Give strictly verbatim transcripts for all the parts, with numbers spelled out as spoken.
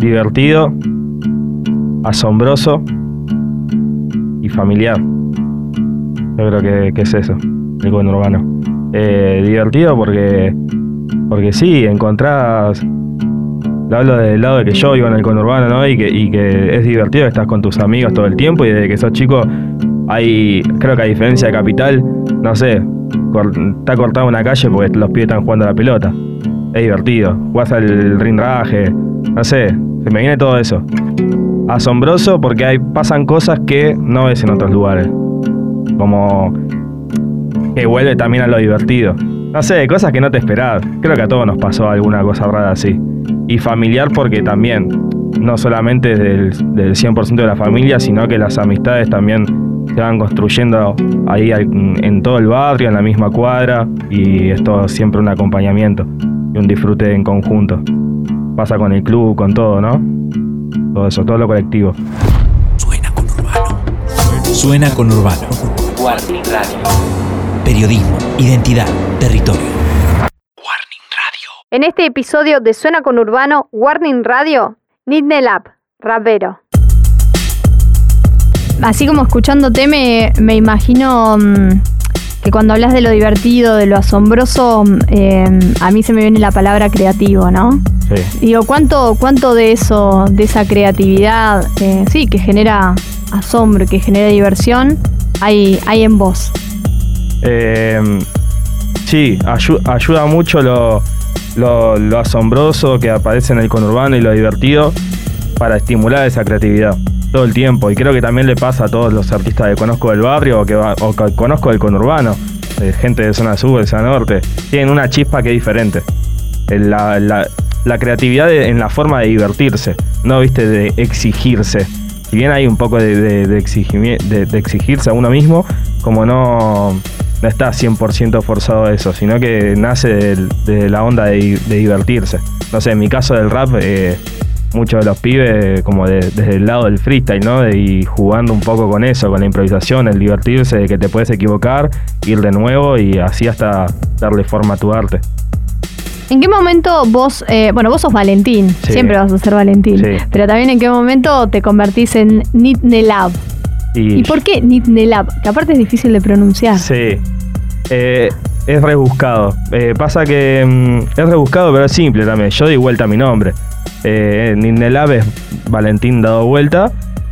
divertido, asombroso y familiar. Yo creo que, que es eso, el conurbano. Eh, divertido porque, porque sí, encontrás... Lo hablo del lado de que yo vivo en el conurbano, ¿no? Y que, y que es divertido, estás con tus amigos todo el tiempo y desde que sos chico hay, creo que a diferencia de Capital, no sé, cor, está cortada una calle porque los pibes están jugando a la pelota. Es divertido, jugás al rindraje, no sé, se me viene todo eso. Asombroso porque hay, pasan cosas que no ves en otros lugares. Como que vuelve también a lo divertido. No sé, cosas que no te esperabas. Creo que a todos nos pasó alguna cosa rara así. Y familiar porque también, no solamente del, del cien por ciento de la familia, sino que las amistades también se van construyendo ahí en todo el barrio, en la misma cuadra, y es todo siempre un acompañamiento y un disfrute en conjunto. Pasa con el club, con todo, ¿no? Todo eso, todo lo colectivo. Suena Conurbano. Suena Conurbano. Warning Radio. Periodismo, identidad, territorio. Warning Radio. En este episodio de Suena Conurbano, Warning Radio, Nidnelab, rapero. Así como escuchándote me, me imagino mmm, que cuando hablas de lo divertido, de lo asombroso, eh, a mí se me viene la palabra creativo, ¿no? Sí. Digo, ¿cuánto, cuánto de eso, de esa creatividad, eh, sí, que genera asombro, que genera diversión, hay, hay en vos? Eh, sí, ayu- ayuda mucho lo, lo, lo asombroso que aparece en el conurbano y lo divertido para estimular esa creatividad todo el tiempo. Y creo que también le pasa a todos los artistas que conozco del barrio o que, va, o que conozco del conurbano, eh, gente de zona sur, de zona norte. Tienen una chispa que es diferente. La, la, la creatividad de, en la forma de divertirse, no, viste, de exigirse. Si bien hay un poco de, de, de, exigimi- de, de exigirse a uno mismo, como no... no está cien por ciento forzado a eso, sino que nace de, de la onda de, de divertirse. No sé, en mi caso del rap, eh, muchos de los pibes como de, desde el lado del freestyle, ¿no? De, y jugando un poco con eso, con la improvisación, el divertirse, de que te puedes equivocar, ir de nuevo y así hasta darle forma a tu arte. ¿En qué momento vos, eh, bueno, vos sos Valentín, Sí. siempre vas a ser Valentín, Sí. pero también en qué momento te convertís en Nidnelab? Y, ¿Y por qué Nidnelab? Que aparte es difícil de pronunciar. Sí, eh, es rebuscado. Eh, pasa que mm, es rebuscado, pero es simple también. Yo di vuelta a mi nombre. Eh, Nidnelab es Valentín dado vuelta.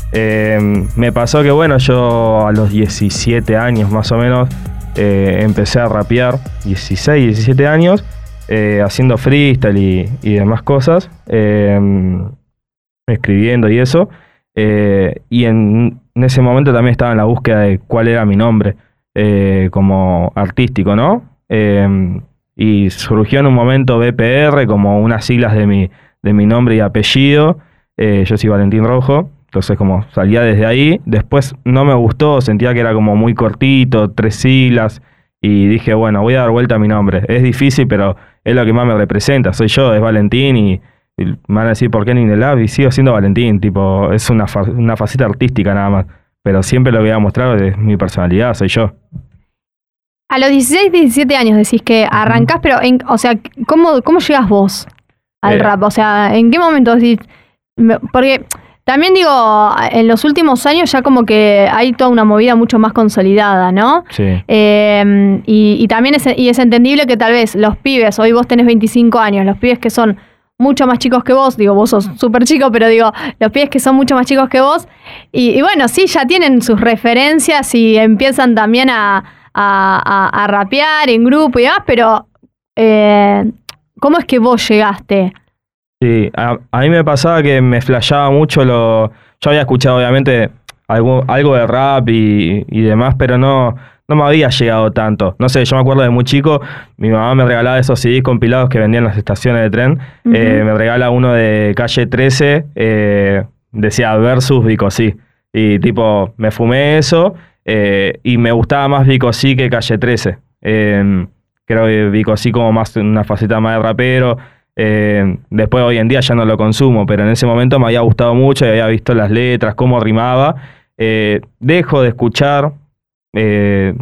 Eh, me pasó que, bueno, yo a los diecisiete años más o menos eh, empecé a rapear, dieciséis, diecisiete años, eh, haciendo freestyle y, y demás cosas, eh, escribiendo y eso. Eh, y en, en ese momento también estaba en la búsqueda de cuál era mi nombre eh, como artístico, ¿no? Eh, y surgió en un momento B P R como unas siglas de mi, de mi nombre y apellido. Eh, yo soy Valentín Rojo, entonces como salía desde ahí. Después no me gustó, sentía que era como muy cortito, tres siglas, y dije, bueno, voy a dar vuelta a mi nombre. Es difícil, pero es lo que más me representa. Soy yo, es Valentín, y Y me van a decir por qué Nidnelab, y sigo siendo Valentín, tipo, es una, fa- una faceta artística nada más, pero siempre lo que voy a mostrar es mi personalidad, soy yo. A los dieciséis, diecisiete años decís que arrancás, pero, en, o sea, ¿cómo, cómo llegas vos al Eh. rap? O sea, ¿en qué momento decís? me- Porque también digo, en los últimos años ya como que hay toda una movida mucho más consolidada, ¿no? Sí, Eh, y, y también es, y es entendible que tal vez los pibes, hoy vos tenés veinticinco años, los pibes que son mucho más chicos que vos, digo, vos sos súper chico, pero digo, los pibes que son mucho más chicos que vos, y, y bueno, sí, ya tienen sus referencias y empiezan también a, a, a, a rapear en grupo y demás, pero eh, ¿cómo es que vos llegaste? sí, a, a mí me pasaba que me flasheaba mucho lo... Yo había escuchado obviamente algo, algo de rap y, y demás, pero no... No me había llegado tanto. No sé, yo me acuerdo de muy chico, mi mamá me regalaba esos C Ds compilados que vendían en las estaciones de tren. Uh-huh. Eh, me regala uno de Calle trece, eh, decía Versus Vico Sí. Y tipo, me fumé eso eh, y me gustaba más Vico Sí que Calle trece. Eh, creo que Vico Sí como más una faceta más de rapero. Eh, después hoy en día ya no lo consumo, pero en ese momento me había gustado mucho y había visto las letras, cómo rimaba. Eh, dejo de escuchar... Eh,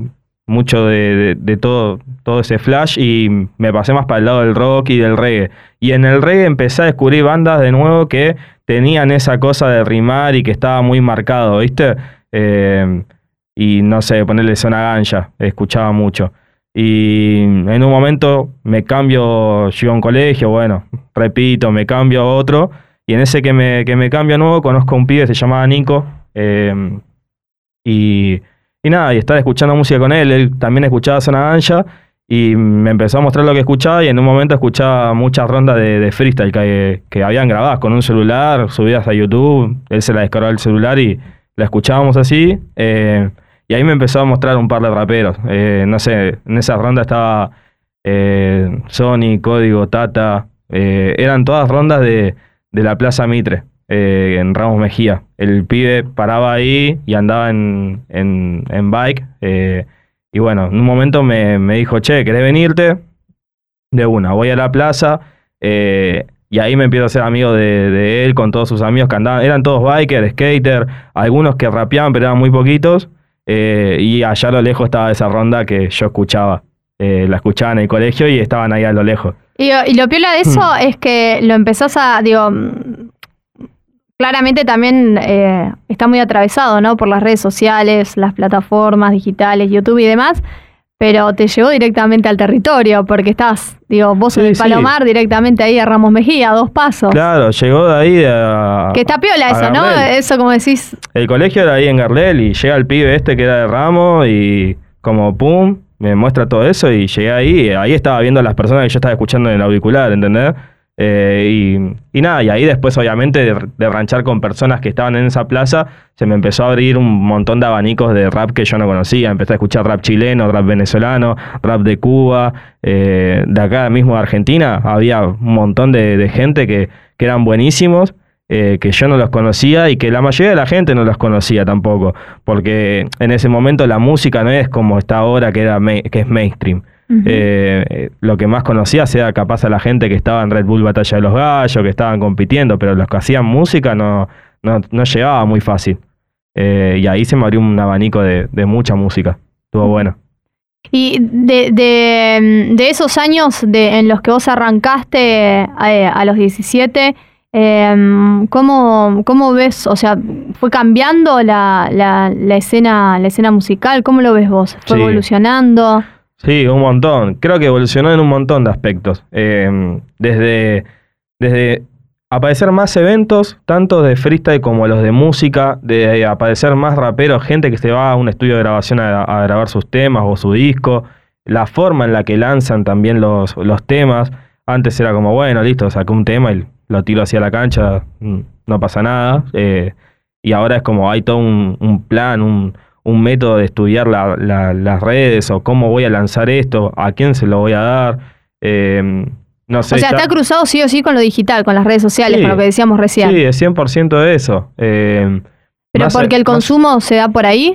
mucho de, de, de todo, todo ese flash y me pasé más para el lado del rock y del reggae. Y en el reggae empecé a descubrir bandas de nuevo que tenían esa cosa de rimar y que estaba muy marcado, ¿viste? Eh, y no sé, ponerle Zona Ganja, escuchaba mucho. Y en un momento me cambio, llego a un colegio, bueno, repito, me cambio a otro. Y en ese que me, que me cambio nuevo conozco a un pibe que se llamaba Nico. Eh, y, y nada, y estaba escuchando música con él. Él también escuchaba Zona Ganja. Y me empezó a mostrar lo que escuchaba. Y en un momento escuchaba muchas rondas de, de freestyle que, que habían grabadas con un celular, subidas a YouTube. Él se la descargó al celular y la escuchábamos así. Eh, y ahí me empezó a mostrar un par de raperos. Eh, no sé, en esa ronda estaba eh, Sony, Código, Tata. Eh, eran todas rondas de... de la Plaza Mitre, eh, en Ramos Mejía. El pibe paraba ahí y andaba en, en, en bike. Eh, y bueno, en un momento me, me dijo, che, ¿querés venirte? De una, voy a la plaza. Eh, y ahí me empiezo a ser amigo de, de él con todos sus amigos que andaban. Eran todos bikers, skater, algunos que rapeaban, pero eran muy poquitos. Eh, y allá a lo lejos estaba esa ronda que yo escuchaba. Eh, la escuchaba en el colegio y estaban ahí a lo lejos. Y, y lo piola de eso mm. es que lo empezás a, digo, claramente también eh, está muy atravesado, ¿no? Por las redes sociales, las plataformas digitales, YouTube y demás, pero te llevó directamente al territorio, porque estás, digo, vos sí, en el Palomar, sí. directamente ahí a Ramos Mejía, a dos pasos. Claro, llegó de ahí a... Que está piola eso, ¿no? Eso como decís... El colegio era ahí en Garlel y llega el pibe este que era de Ramos y como pum... me muestra todo eso y llegué ahí, y ahí estaba viendo a las personas que yo estaba escuchando en el auricular, ¿entendés? Eh, y, y nada, y ahí después obviamente de, de ranchar con personas que estaban en esa plaza, se me empezó a abrir un montón de abanicos de rap que yo no conocía. Empecé a escuchar rap chileno, rap venezolano, rap de Cuba, eh, de acá mismo de Argentina. Había un montón de, de gente que, que eran buenísimos. Eh, que yo no los conocía y que la mayoría de la gente no los conocía tampoco, porque en ese momento la música no es como está ahora, que, era ma- que es mainstream. Uh-huh. Eh, lo que más conocía sea capaz a la gente que estaba en Red Bull Batalla de los Gallos, que estaban compitiendo, pero los que hacían música no, no, no llegaba muy fácil. Eh, y ahí se me abrió un abanico de, de mucha música. Estuvo bueno. Y de, de, de esos años de, en los que vos arrancaste a, a los diecisiete... Eh, ¿cómo, ¿Cómo ves? O sea, ¿fue cambiando la, la, la escena la escena musical? ¿Cómo lo ves vos? ¿Fue sí. evolucionando? Sí, un montón. Creo que evolucionó en un montón de aspectos. Eh, desde, desde aparecer más eventos, tanto de freestyle como los de música, de aparecer más raperos, gente que se va a un estudio de grabación a, a grabar sus temas o su disco, la forma en la que lanzan también los, los temas. Antes era como, bueno, listo, saqué un tema y lo tiro hacia la cancha, no pasa nada. Eh, y ahora es como hay todo un, un plan, un, un método de estudiar la, la, las redes o cómo voy a lanzar esto, a quién se lo voy a dar. Eh, no sé, o sea, está, está cruzado sí o sí con lo digital, con las redes sociales, sí, con lo que decíamos recién. Sí, es cien por ciento de eso. Eh, ¿Pero porque a, el consumo más, se da por ahí?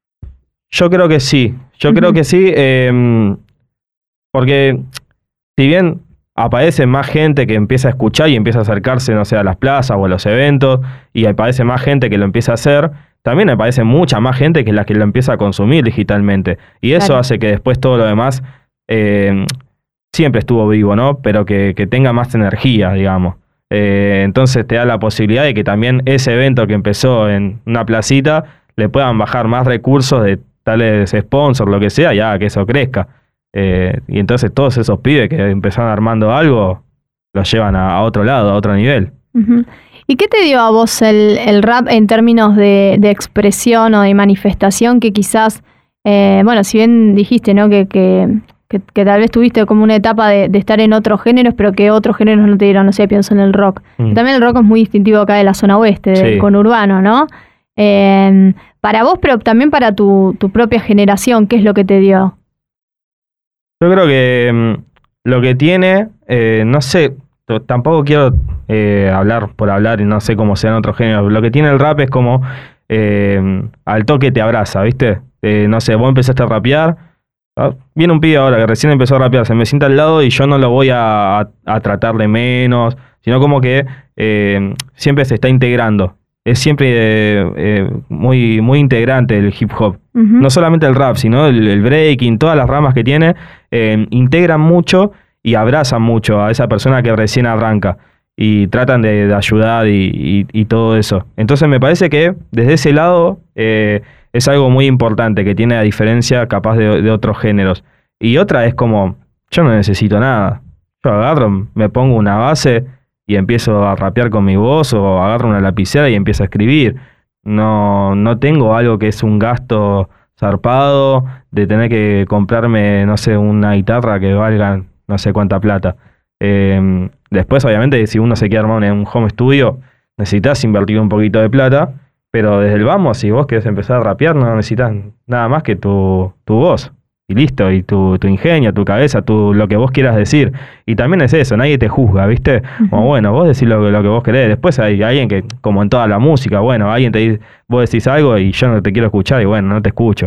Yo creo que sí, yo uh-huh. creo que sí, eh, porque si bien... aparece más gente que empieza a escuchar y empieza a acercarse, no sé, a las plazas o a los eventos, y aparece más gente que lo empieza a hacer, también aparece mucha más gente que la que lo empieza a consumir digitalmente. Y eso claro. hace que después todo lo demás eh, siempre estuvo vivo, ¿no? Pero que, que tenga más energía, digamos. Eh, entonces te da la posibilidad de que también ese evento que empezó en una placita le puedan bajar más recursos de tales sponsors, lo que sea, ya que eso crezca. Eh, y entonces todos esos pibes que empezaron armando algo, los llevan a, a otro lado, a otro nivel. Uh-huh. ¿Y qué te dio a vos el, el rap en términos de, de expresión o de manifestación que quizás, eh, bueno, si bien dijiste, ¿no? Que, que, que, que tal vez tuviste como una etapa de, de estar en otros géneros, pero que otros géneros no te dieron, no sé, pienso en el rock. Mm. También el rock es muy distintivo acá de la zona oeste, del sí. conurbano, ¿no? Eh, para vos, pero también para tu, tu propia generación, ¿qué es lo que te dio? Yo creo que mmm, lo que tiene, eh, no sé, t- tampoco quiero eh, hablar por hablar y no sé cómo sean otros géneros. Lo que tiene el rap es como eh, al toque te abraza, ¿viste? Eh, no sé, vos empezaste a rapear, ¿no? Viene un pibe ahora que recién empezó a rapear, se me sienta al lado y yo no lo voy a, a, a tratar de menos, sino como que eh, siempre se está integrando. es siempre eh, eh, muy, muy integrante el hip hop. Ujú. No solamente el rap, sino el, el breaking, todas las ramas que tiene, eh, integran mucho y abrazan mucho a esa persona que recién arranca y tratan de, de ayudar y, y, y todo eso. Entonces me parece que desde ese lado eh, es algo muy importante que tiene a diferencia capaz de, de otros géneros. Y otra es como, yo no necesito nada. Yo agarro, me pongo una base y empiezo a rapear con mi voz o agarro una lapicera y empiezo a escribir. No, no tengo algo que es un gasto zarpado de tener que comprarme, no sé, una guitarra que valga no sé cuánta plata. Eh, después, obviamente, si uno se quiere armar un home studio, necesitas invertir un poquito de plata, pero desde el vamos, si vos querés empezar a rapear, no necesitas nada más que tu, tu voz. Y listo, y tu, tu ingenio, tu cabeza, tu, lo que vos quieras decir. Y también es eso, nadie te juzga, ¿viste? Como bueno, vos decís lo, lo que vos querés. Después hay alguien que, como en toda la música, bueno, alguien te dice, vos decís algo y yo no te quiero escuchar y bueno, no te escucho.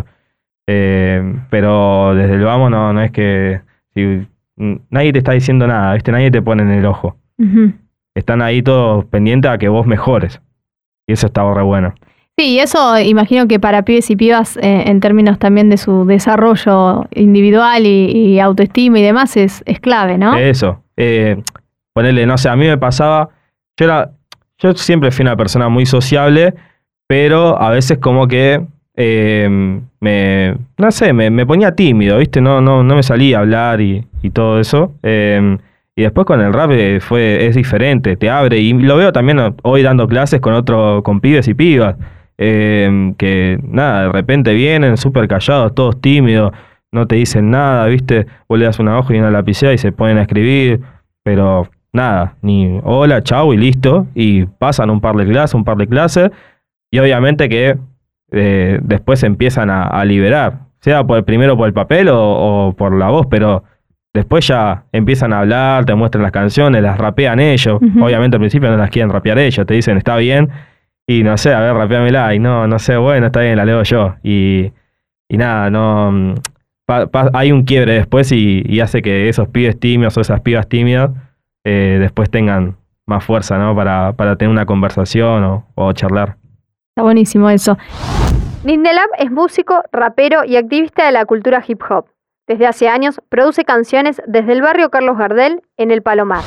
Eh, pero desde el vamos no, no es que... Si, nadie te está diciendo nada, ¿viste? Nadie te pone en el ojo. Ujú. Están ahí todos pendientes a que vos mejores. Y eso está re bueno. Sí, y eso imagino que para pibes y pibas, eh, en términos también de su desarrollo individual y, y autoestima y demás, es, es clave, ¿no? Eso. Eh, ponerle, no sé, a mí me pasaba... Yo era, yo siempre fui una persona muy sociable, pero a veces como que... Eh, me, no sé, me, me ponía tímido, ¿viste? No, no, no me salía a hablar y, y todo eso. Eh, y después con el rap eh, fue, es diferente, te abre. Y lo veo también hoy dando clases con otro, con pibes y pibas. Eh, que nada, de repente vienen súper callados, todos tímidos, no te dicen nada, ¿viste? Vos le das una hoja y una lapicera y se ponen a escribir, pero nada, ni hola, chau y listo. Y pasan un par de clases, un par de clases. Y obviamente que... Eh, después empiezan a, a liberar, sea por primero por el papel o, o por la voz, pero después ya empiezan a hablar, te muestran las canciones, las rapean ellos. Uh-huh. Obviamente al principio no las quieren rapear ellos, te dicen está bien y no sé, a ver, rapeamela y no, no sé, bueno, está bien, la leo yo y, y nada, no pa, pa, hay un quiebre después y, y hace que esos pibes tímidos o esas pibas tímidas eh, después tengan más fuerza, ¿no? Para, para tener una conversación o, o charlar. Está buenísimo eso. Nindelab es músico, rapero y activista de la cultura hip hop. Desde hace años produce canciones desde el barrio Carlos Gardel en El Palomar.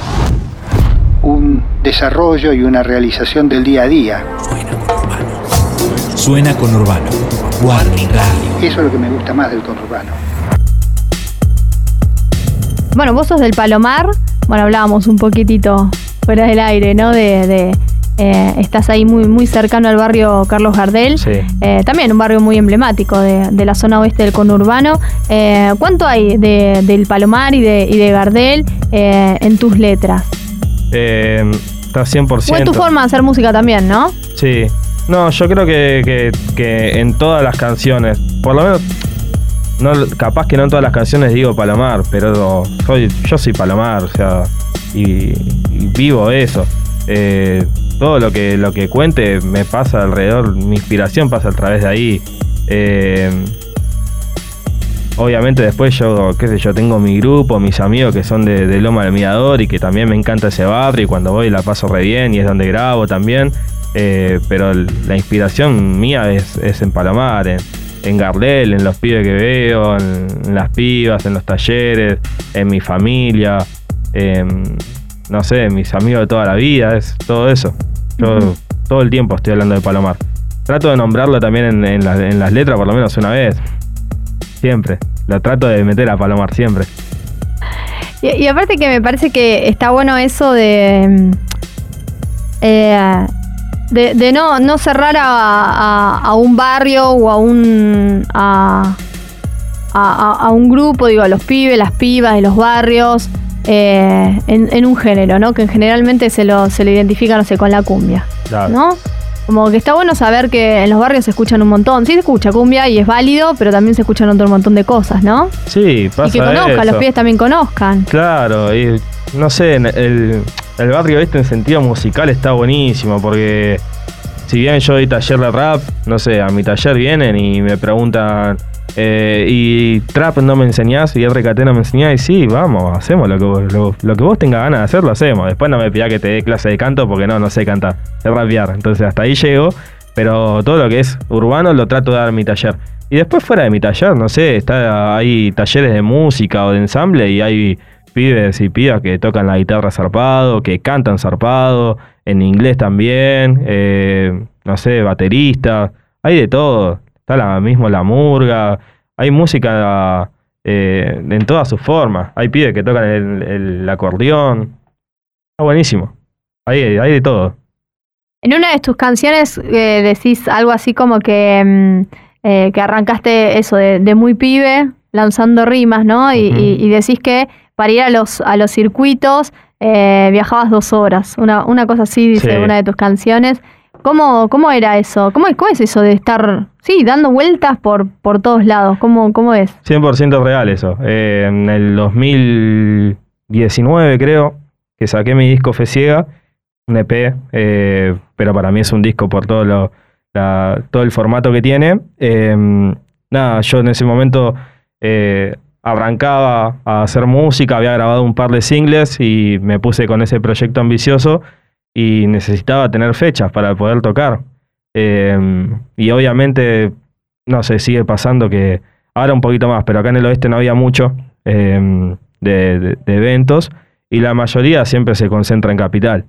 Un desarrollo y una realización del día a día. Suena con Urbano. Suena con Urbano. Warning Radio. Eso es lo que me gusta más del conurbano. Bueno, vos sos del Palomar. Bueno, hablábamos un poquitito fuera del aire, ¿no? De... de Eh, estás ahí muy, muy cercano al barrio Carlos Gardel, Sí. eh, también un barrio muy emblemático de, de la zona oeste del conurbano. Eh, ¿Cuánto hay de, del Palomar y de, y de Gardel eh, en tus letras? Eh, está cien por ciento. O en tu forma de hacer música también, ¿no? Sí. No, yo creo que, que, que en todas las canciones, por lo menos, no, capaz que no en todas las canciones digo Palomar, pero soy, yo soy Palomar, o sea, y, y vivo eso. Eh, todo lo que lo que cuente me pasa alrededor, mi inspiración pasa a través de ahí. Eh, obviamente después yo, qué sé yo, tengo mi grupo, mis amigos que son de, de Loma del Mirador y que también me encanta ese barrio y cuando voy la paso re bien y es donde grabo también. Eh, pero la inspiración mía es, es en Palomar, en, en Gardel, en los pibes que veo, en, en las pibas, en los talleres, en mi familia. Eh, no sé, mis amigos de toda la vida, es todo eso. Yo uh-huh. todo el tiempo estoy hablando de Palomar. Trato de nombrarlo también en, en, la, en las letras por lo menos una vez. Siempre. Lo trato de meter a Palomar siempre. Y, y aparte que me parece que está bueno eso de... Eh, de, de no, no cerrar a, a, a un barrio o a un... A, a, a un grupo, digo, a los pibes, las pibas de los barrios... Eh, en, en un género, ¿no? Que generalmente se lo, se lo identifica, no sé, con la cumbia, Claro. ¿no? Como que está bueno saber que en los barrios se escuchan un montón. Sí se escucha cumbia y es válido, pero también se escuchan otro montón de cosas, ¿no? Sí, pasa y que conozcan, eso. los pibes también conozcan. Claro, y no sé, el, el barrio este en sentido musical está buenísimo, porque si bien yo doy taller de rap, no sé, a mi taller vienen y me preguntan, Eh, y trap no me enseñás y R K T no me enseñás. Y sí, vamos, hacemos lo que, vos, lo, lo que vos tengas ganas de hacer, lo hacemos. Después no me pidas que te dé clase de canto porque no, no sé cantar, sé rapear. Entonces hasta ahí llego. Pero todo lo que es urbano lo trato de dar en mi taller. Y después fuera de mi taller, no sé, está, hay talleres de música o de ensamble y hay pibes y pibas que tocan la guitarra zarpado, que cantan zarpado, en inglés también, eh, no sé, baterista, hay de todo. Está la, mismo la murga, hay música eh, en todas sus formas. Hay pibes que tocan el, el acordeón. Está buenísimo. Hay, hay de todo. En una de tus canciones eh, decís algo así como que, mm, eh, que arrancaste eso de, de muy pibe, lanzando rimas, ¿no? Y, uh-huh. y, y decís que para ir a los, a los circuitos eh, viajabas dos horas. Una, una cosa así dice sí. una de tus canciones. ¿Cómo, cómo era eso? ¿Cómo, ¿Cómo es eso de estar, sí, dando vueltas por, por todos lados? ¿Cómo, cómo es? cien por ciento real eso. Eh, en el dos mil diecinueve creo que saqué mi disco Fe Ciega, un E P, eh, pero para mí es un disco por todo, lo, la, todo el formato que tiene. Eh, nada, yo en ese momento eh, arrancaba a hacer música, había grabado un par de singles y me puse con ese proyecto ambicioso. Y necesitaba tener fechas para poder tocar. Eh, y obviamente, no sé, sigue pasando que ahora un poquito más, pero acá en el oeste no había mucho eh, de, de, de eventos y la mayoría siempre se concentra en Capital.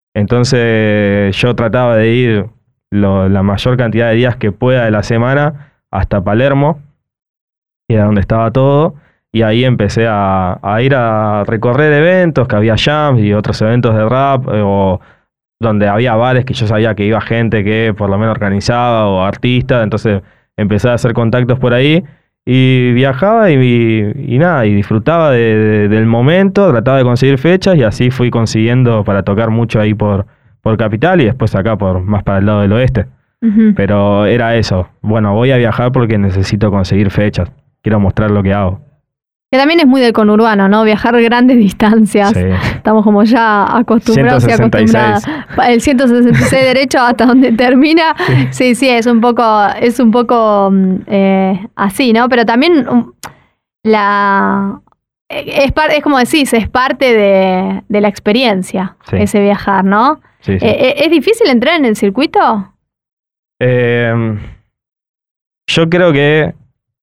Entonces yo trataba de ir lo, la mayor cantidad de días que pueda de la semana hasta Palermo, que era donde estaba todo. Y ahí empecé a, a ir a recorrer eventos, que había jams y otros eventos de rap, eh, o donde había bares que yo sabía que iba gente que por lo menos organizaba o artistas. Entonces empecé a hacer contactos por ahí y viajaba y, y, y nada, y disfrutaba de, de, del momento, trataba de conseguir fechas y así fui consiguiendo para tocar mucho ahí por, por Capital y después acá por más para el lado del oeste. Uh-huh. Pero era eso, bueno, voy a viajar porque necesito conseguir fechas, quiero mostrar lo que hago. Que también es muy del conurbano, ¿no? Viajar grandes distancias. Sí. Estamos como ya acostumbrados y acostumbradas. El ciento sesenta y seis derecho hasta donde termina. Sí, sí, sí es un poco, es un poco eh, así, ¿no? Pero también um, la es, par, es como decís, es parte de, de la experiencia, sí. ese viajar, ¿no? Sí, sí. Eh, ¿Es difícil entrar en el circuito? Eh, yo creo que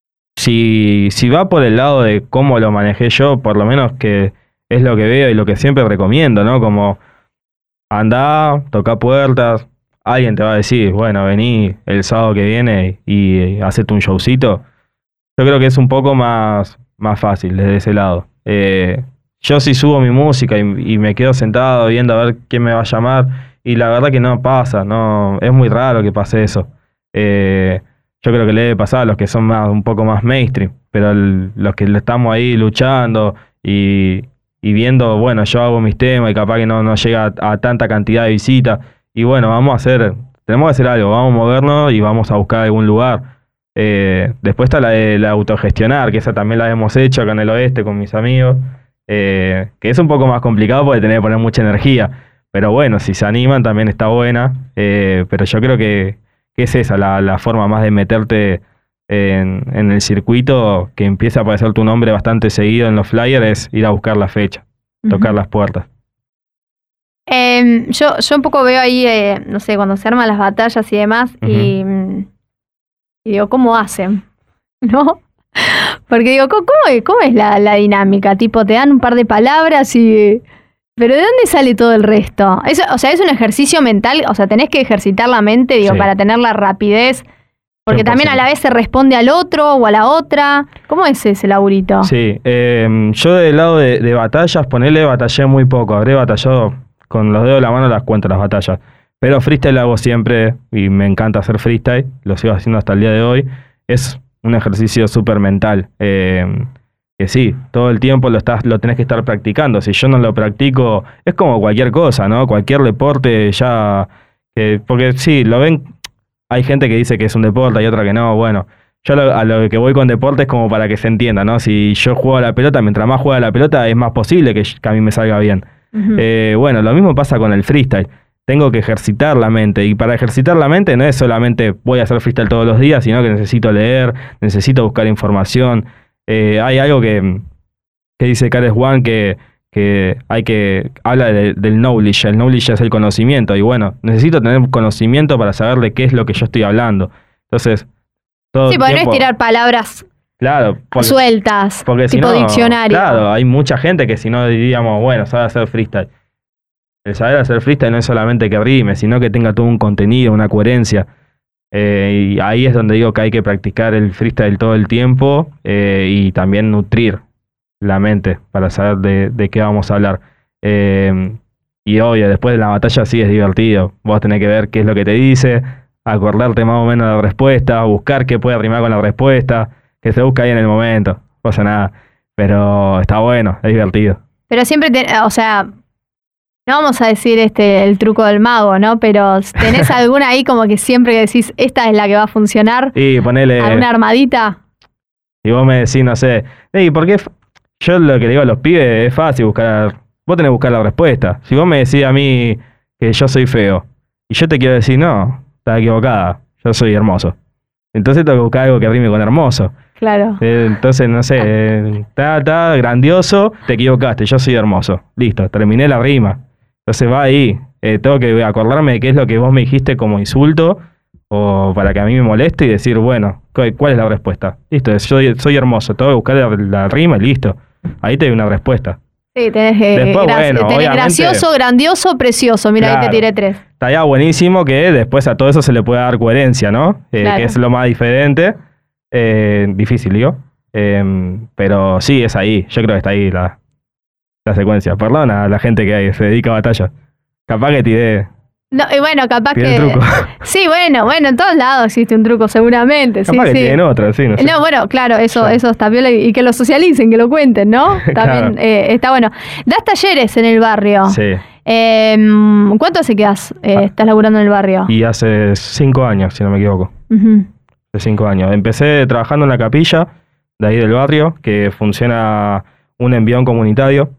Si, si va por el lado de cómo lo manejé yo, por lo menos que es lo que veo y lo que siempre recomiendo, ¿no? Como andá, toca puertas, alguien te va a decir, bueno, vení el sábado que viene y, y hacete un showcito. Yo creo que es un poco más, más fácil desde ese lado. Eh, yo sí subo mi música y, y me quedo sentado viendo a ver quién me va a llamar y la verdad que no pasa, no, es muy raro que pase eso. Eh... Yo creo que le debe pasar a los que son más, un poco más mainstream, pero el, los que estamos ahí luchando y, y viendo, bueno, yo hago mis temas y capaz que no, no llega a, a tanta cantidad de visitas. Y bueno, vamos a hacer, tenemos que hacer algo, vamos a movernos y vamos a buscar algún lugar. Eh, después está la de la autogestionar, que esa también la hemos hecho acá en el oeste con mis amigos, eh, que es un poco más complicado porque tenés que poner mucha energía. Pero bueno, si se animan también está buena, eh, pero yo creo que que es esa la, la forma más de meterte en, en el circuito, que empieza a aparecer tu nombre bastante seguido en los flyers, es ir a buscar la fecha, uh-huh. tocar las puertas. Eh, yo, yo un poco veo ahí, eh, no sé, cuando se arman las batallas y demás, uh-huh. y, y digo, ¿cómo hacen? ¿No? Porque digo, ¿cómo, cómo es, cómo es la, la dinámica? Tipo, te dan un par de palabras y... ¿Pero de dónde sale todo el resto? Eso, o sea, es un ejercicio mental, o sea, tenés que ejercitar la mente, digo, sí. para tener la rapidez, porque cien por ciento. También a la vez se responde al otro o a la otra. ¿Cómo es ese laburito? Sí, eh, yo del lado de, de batallas, ponele, batallé muy poco, habré batallado con los dedos de la mano, las cuento las batallas. Pero freestyle hago siempre, y me encanta hacer freestyle, lo sigo haciendo hasta el día de hoy. Es un ejercicio súper mental, eh, que sí, todo el tiempo lo estás, lo tenés que estar practicando. Si yo no lo practico, es como cualquier cosa, ¿no? Cualquier deporte ya... Eh, porque sí, lo ven... Hay gente que dice que es un deporte, hay otra que no. Bueno, yo lo, a lo que voy con deporte es como para que se entienda, ¿no? Si yo juego a la pelota, mientras más juega a la pelota, es más posible que, que a mí me salga bien. Uh-huh. Eh, bueno, lo mismo pasa con el freestyle. tengo que ejercitar la mente. Y para ejercitar la mente no es solamente voy a hacer freestyle todos los días, sino que necesito leer, necesito buscar información. Eh, hay algo que, que dice K R S One que, que hay que habla de, del knowledge. El knowledge es el conocimiento. Y bueno, necesito tener conocimiento para saber de qué es lo que yo estoy hablando. Entonces, todo Sí, el porque no tiempo, es tirar palabras claro, porque, sueltas, porque si tipo no, diccionario. claro, hay mucha gente que si no diríamos, bueno, sabe hacer freestyle. El saber hacer freestyle no es solamente que rime, sino que tenga todo un contenido, una coherencia. Eh, y ahí es donde digo que hay que practicar el freestyle todo el tiempo eh, y también nutrir la mente para saber de, de qué vamos a hablar. Eh, y obvio, después de la batalla sí es divertido. Vos tenés que ver qué es lo que te dice, acordarte más o menos de la respuesta, buscar qué puede rimar con la respuesta, que se busca ahí en el momento. No pasa nada. Pero está bueno, es divertido. Pero siempre, te- o sea, no vamos a decir este el truco del mago, ¿no? Pero ¿tenés alguna ahí como que siempre que decís, esta es la que va a funcionar? Y ponele... ¿Alguna armadita? Si vos me decís, no sé, ¿y por qué? f- Yo lo que le digo a los pibes es fácil buscar, vos tenés que buscar la respuesta. Si vos me decís a mí que yo soy feo, y yo te quiero decir, no, estás equivocada, yo soy hermoso. Entonces tengo que buscar algo que rime con hermoso. Claro. Eh, entonces, no sé, eh, está, está grandioso, te equivocaste, yo soy hermoso. Listo, terminé la rima. Entonces va ahí, eh, tengo que acordarme de qué es lo que vos me dijiste como insulto, o para que a mí me moleste y decir, bueno, ¿cu- ¿cuál es la respuesta? Listo, soy, soy hermoso, tengo que buscar la, la rima y listo. Ahí te doy una respuesta. Sí, tenés, eh, Después, gra- bueno, tenés obviamente- gracioso, grandioso, precioso. Mira, ahí Claro. te tiré tres. Estaría buenísimo que después a todo eso se le pueda dar coherencia, ¿no? Eh, Claro. Que es lo más diferente. Eh, difícil, digo. Eh, pero sí, es ahí. Yo creo que está ahí la, la secuencia. Perdona a la gente que se dedica a batalla. Capaz que tiré, No, y bueno, capaz tiré que. el truco. Sí, bueno, bueno, en todos lados existe un truco, seguramente. Sí, Capaz que sí. tienen otro, sí, no sé. No, bueno, claro, eso, Ya. eso está piola y y que lo socialicen, que lo cuenten, ¿no? También Claro. eh, está bueno. Das talleres en el barrio. Sí. Eh, ¿Cuánto hace que has, eh, Ah. estás laburando en el barrio? Y hace cinco años, si no me equivoco. Ujú. Hace cinco años. Empecé trabajando en la capilla de ahí del barrio, que funciona un envión comunitario,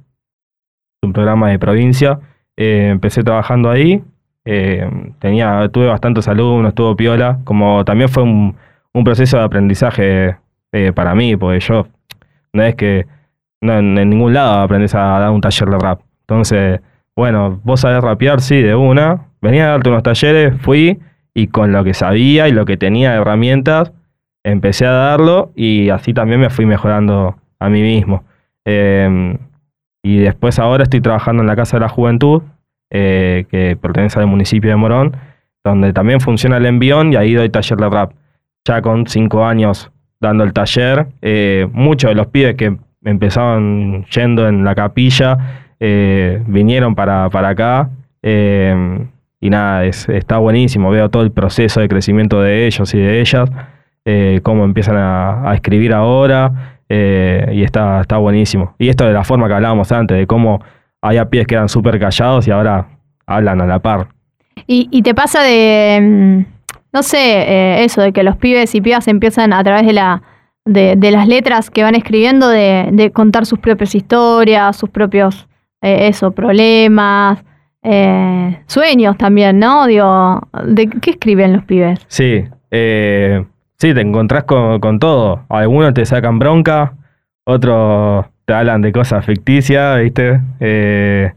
un programa de provincia. Eh, empecé trabajando ahí. Eh, tenía, tuve bastantes alumnos, estuvo piola. Como también fue un, un proceso de aprendizaje eh, para mí, porque yo no es que no, en, en ningún lado aprendes a dar un taller de rap. Entonces, bueno, vos sabés rapear, sí, de una. Venía a darte unos talleres, fui y con lo que sabía y lo que tenía de herramientas, empecé a darlo y así también me fui mejorando a mí mismo. Eh, y después ahora estoy trabajando en la Casa de la Juventud, eh, que pertenece al municipio de Morón, donde también funciona el envión y ahí doy taller de rap. Ya con cinco años dando el taller, eh, muchos de los pibes que empezaban yendo en la capilla eh, vinieron para, para acá. eh, y nada, es, está buenísimo. Veo todo el proceso de crecimiento de ellos y de ellas, eh, cómo empiezan a, a escribir ahora, eh, y está, está buenísimo. Y esto de la forma que hablábamos antes, de cómo había pibes que eran súper callados y ahora hablan a la par. Y, y te pasa de, mm, no sé, eh, eso, de que los pibes y pibas empiezan a través de la de, de las letras que van escribiendo, de, de contar sus propias historias, sus propios, eh, eso, problemas, eh, sueños también, ¿no? Digo, ¿de qué escriben los pibes? Sí, eh, sí, te encontrás con, con todo. Algunos te sacan bronca, otros te hablan de cosas ficticias, ¿viste? Eh,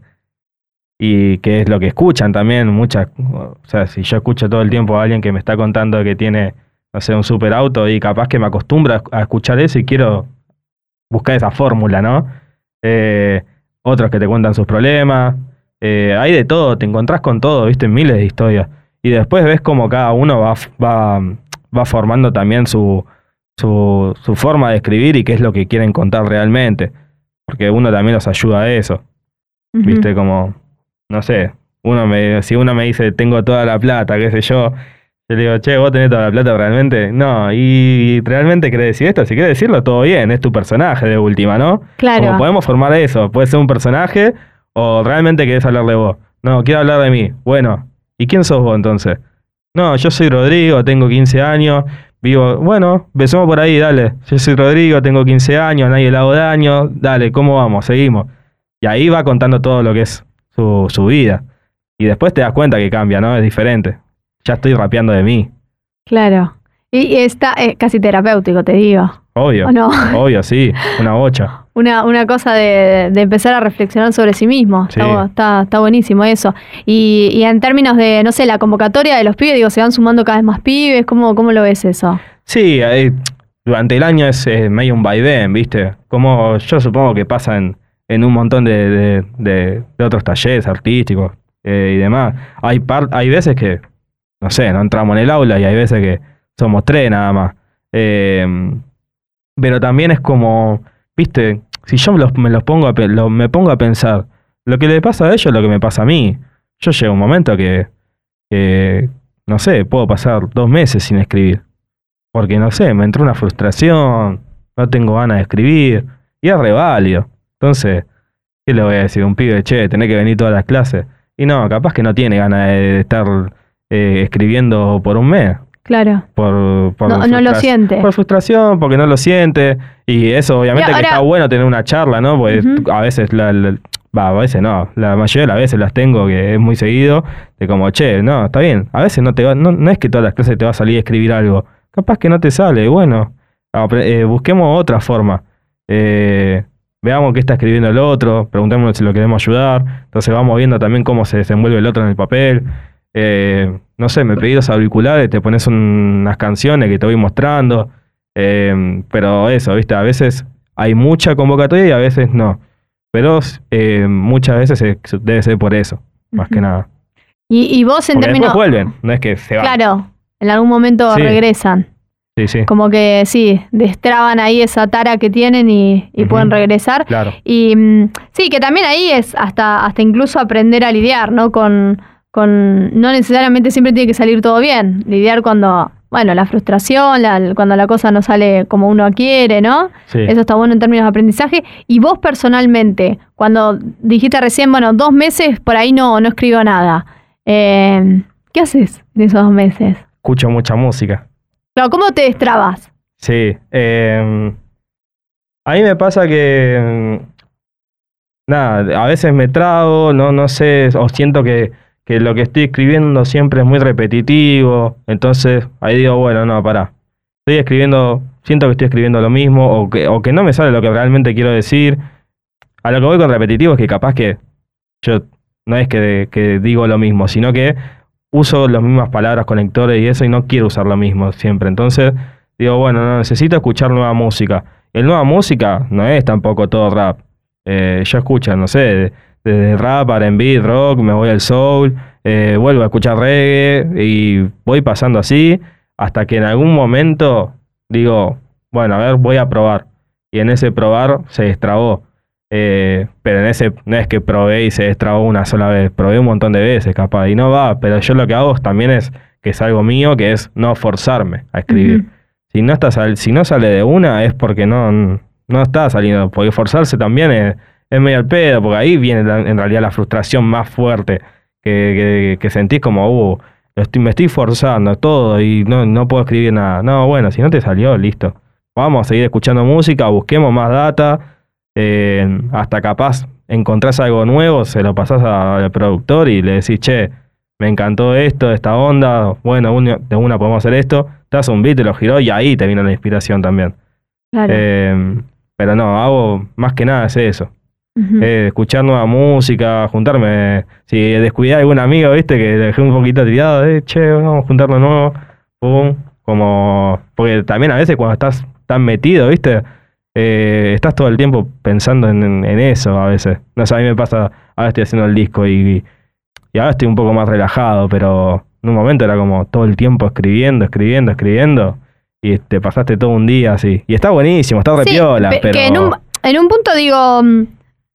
y que es lo que escuchan también. Muchas, o sea, si yo escucho todo el tiempo a alguien que me está contando que tiene, no sé, un super auto y capaz que me acostumbro a escuchar eso y quiero buscar esa fórmula, ¿no? Eh, otros que te cuentan sus problemas. Eh, hay de todo, te encontrás con todo, ¿viste? Miles de historias. Y después ves como cada uno va, va, va formando también su, su, su forma de escribir y qué es lo que quieren contar realmente. Porque uno también los ayuda a eso. Ujú. ¿Viste? Como, no sé, uno me, si uno me dice, tengo toda la plata, qué sé yo, yo le digo, che, ¿vos tenés toda la plata realmente? No, y realmente querés decir esto, si querés decirlo, todo bien, es tu personaje de última, ¿no? Claro. Como podemos formar eso, puede ser un personaje o realmente querés hablar de vos. No, quiero hablar de mí. Bueno, ¿y quién sos vos entonces? No, yo soy Rodrigo, tengo quince años, vivo... Bueno, empecemos por ahí, dale. Yo soy Rodrigo, tengo quince años, a nadie le hago daño, dale, ¿cómo vamos? Seguimos. Y ahí va contando todo lo que es su, su vida. Y después te das cuenta que cambia, ¿no? Es diferente. Ya estoy rapeando de mí. Claro. Y, y está eh, casi terapéutico, te digo. Obvio. ¿O no? Obvio, sí. Una bocha. Una, una cosa de, de empezar a reflexionar sobre sí mismo. Sí. Está, está, está buenísimo eso. Y, y en términos de, no sé, la convocatoria de los pibes, digo, se van sumando cada vez más pibes. ¿Cómo, cómo lo ves eso? Sí, eh, durante el año es eh, medio un vaivén, ¿viste? Como yo supongo que pasa en, en un montón de, de, de, de otros talleres artísticos eh, y demás. Hay, par, hay veces que, no sé, no entramos en el aula y hay veces que somos tres nada más. Eh, pero también es como, ¿viste? Si yo me los, me los pongo a, pe- lo- me pongo a pensar, lo que le pasa a ellos es lo que me pasa a mí. Yo llego a un momento que, que, no sé, puedo pasar dos meses sin escribir. Porque, no sé, me entró una frustración, no tengo ganas de escribir, y es re válido. Entonces, ¿qué le voy a decir a un pibe? Che, tenés que venir todas las clases. Y no, capaz que no tiene ganas de estar eh, escribiendo por un mes. Claro. Por, por No, no lo frustra- siente. Por frustración, porque no lo siente. Y eso, obviamente, Y ahora- que está bueno tener una charla, ¿no? Porque Ujú. a veces, la, la- va, a veces no. La mayoría de las veces las tengo, que es muy seguido. De como, che, no, está bien. A veces no te va, no, no es que todas las clases te va a salir a escribir algo. Capaz que no te sale. Bueno, apre- eh, busquemos otra forma. Eh, veamos qué está escribiendo el otro. Preguntémonos si lo queremos ayudar. Entonces vamos viendo también cómo se desenvuelve el otro en el papel. Eh, no sé, me pedí los auriculares, te pones un- unas canciones que te voy mostrando. Eh, pero eso, ¿viste? A veces hay mucha convocatoria y a veces no. Pero eh, muchas veces se- debe ser por eso, más que Ujú. nada. Y, y vos en Porque términos... después vuelven, no es que se van. Claro, en algún momento Sí. regresan. Sí, sí, Como que sí, destraban ahí esa tara que tienen y, y Ujú. pueden regresar. claro. Y mm, sí, que también ahí es hasta, hasta incluso aprender a lidiar, ¿no? Con, con, no necesariamente siempre tiene que salir todo bien. Lidiar cuando, bueno, la frustración, la- cuando la cosa no sale como uno quiere, ¿no? Sí. Eso está bueno en términos de aprendizaje. Y vos personalmente, cuando dijiste recién, bueno, dos meses por ahí no, no escribo nada. Eh, ¿Qué haces en esos dos meses? Escucho mucha música. Claro, ¿cómo te destrabas? Sí. eh, a mí me pasa que. mm, Nada, a veces me trago, no, no sé, o siento que, que lo que estoy escribiendo siempre es muy repetitivo. Entonces ahí digo, bueno, no, pará. Estoy escribiendo, siento que estoy escribiendo lo mismo, o que, o que no me sale lo que realmente quiero decir. A lo que voy con repetitivo es que capaz que yo no es que, que digo lo mismo, sino que uso las mismas palabras, conectores y eso, y no quiero usar lo mismo siempre. Entonces digo, bueno, no, necesito escuchar nueva música. El nueva música no es tampoco todo rap. Eh, yo escucho, no sé, desde rap, R and B, rock, me voy al soul, eh, vuelvo a escuchar reggae y voy pasando así hasta que en algún momento digo, bueno, a ver, voy a probar. Y en ese probar se destrabó. Eh, pero en ese no es que probé y se destrabó una sola vez, probé un montón de veces capaz y no va, pero yo lo que hago también es que es algo mío, que es no forzarme a escribir. Ujú. Si no está sal- si no sale de una es porque no, no está saliendo, porque forzarse también es, es medio al pedo, porque ahí viene la- en realidad la frustración más fuerte que, que, que sentís como, uh, lo estoy- me estoy forzando todo y no, no puedo escribir nada. No, bueno, si no te salió, listo. Vamos a seguir escuchando música, busquemos más data, eh, hasta capaz encontrás algo nuevo, se lo pasás a- al productor y le decís, che, me encantó esto, esta onda, bueno, un- de una podemos hacer esto, te das un beat, te lo giró y ahí te vino la inspiración también. Claro. Eh, pero no, hago más que nada es eso. Ujú. Eh, escuchar nueva música, juntarme, si descuidé a algún amigo, viste, que le dejé un poquito tirado, eh, che, vamos a juntarnos de nuevo, pum, como, porque también a veces cuando estás tan metido, viste, eh, estás todo el tiempo pensando en, en- en eso a veces. No sé, a mí me pasa, ahora estoy haciendo el disco y, y ahora estoy un poco más relajado, pero en un momento era como todo el tiempo escribiendo, escribiendo, escribiendo, y te pasaste todo un día así. Y está buenísimo, está re Sí, piola, pe- pero... que en un, en un punto digo, mm,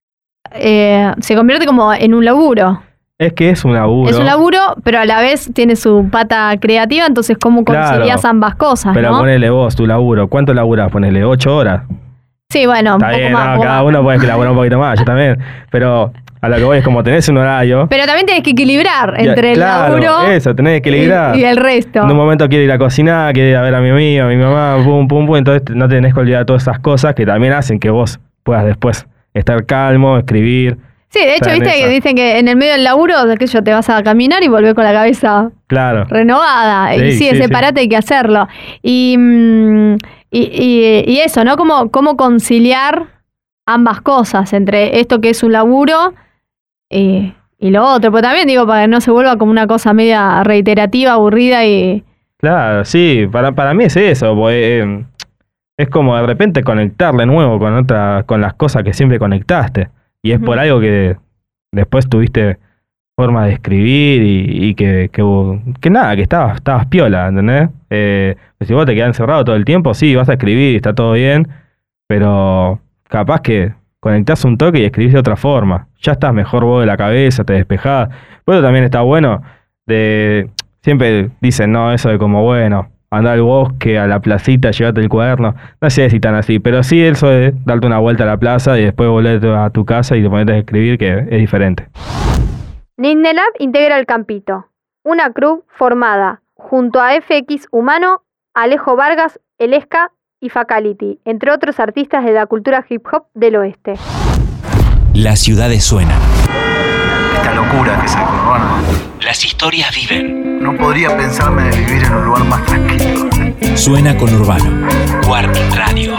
eh, se convierte como en un laburo. Es que es un laburo. Es un laburo, pero a la vez tiene su pata creativa, entonces ¿cómo Claro. concilias ambas cosas, Pero no? ponele vos tu laburo. ¿Cuánto laburás? Ponele ocho horas. Sí, bueno, un Está poco bien, más. no, poco cada más. uno puede laburar un poquito más, yo también. Pero a lo que voy es como tenés un horario. Pero también tienes que equilibrar y- entre el claro, laburo eso, tenés que y, equilibrar. y el resto. En un momento quiero ir a cocinar, quiero ir a ver a mi amigo, a mi mamá, pum, pum, pum. Entonces no tenés que olvidar todas esas cosas que también hacen que vos puedas después estar calmo, escribir. Sí, de hecho, Está en viste esa. que dicen que en el medio del laburo, de que yo te vas a caminar y volver con la cabeza Claro. renovada. Sí, y sí, sí, ese sí. parate hay que hacerlo. Y, mm, y, y- y eso, ¿no? Cómo, cómo conciliar ambas cosas, entre esto que es un laburo y, y lo otro. Pero también digo, para que no se vuelva como una cosa media reiterativa, aburrida y... Claro, sí, para, para mí es eso, porque, eh, es como de repente conectar de nuevo con otra, con las cosas que siempre conectaste. Y es Ujú. por algo que después tuviste forma de escribir y, y que, que, vos- que nada, que estabas, estabas piola, ¿entendés? Eh, pues si vos te quedás encerrado todo el tiempo, sí, vas a escribir y está todo bien, pero capaz que conectás un toque y escribís de otra forma. Ya estás mejor vos de la cabeza, te despejás. Pero también está bueno de... Siempre dicen, no, eso de como, bueno, andar al bosque, a la placita, llevate el cuaderno. No sé si tan así, pero sí eso de darte una vuelta a la plaza y después volver a tu casa y te ponerte a escribir, que es diferente. Nindnelab integra el Campito, una crew formada junto a F X Humano, Alejo Vargas, Elesca y Facality, entre otros artistas de la cultura hip hop del oeste. Las ciudades suenan. Esta locura que es el conurbano. Las historias viven. No podría pensarme de vivir en un lugar más tranquilo. Suena Conurbano. Warning Radio.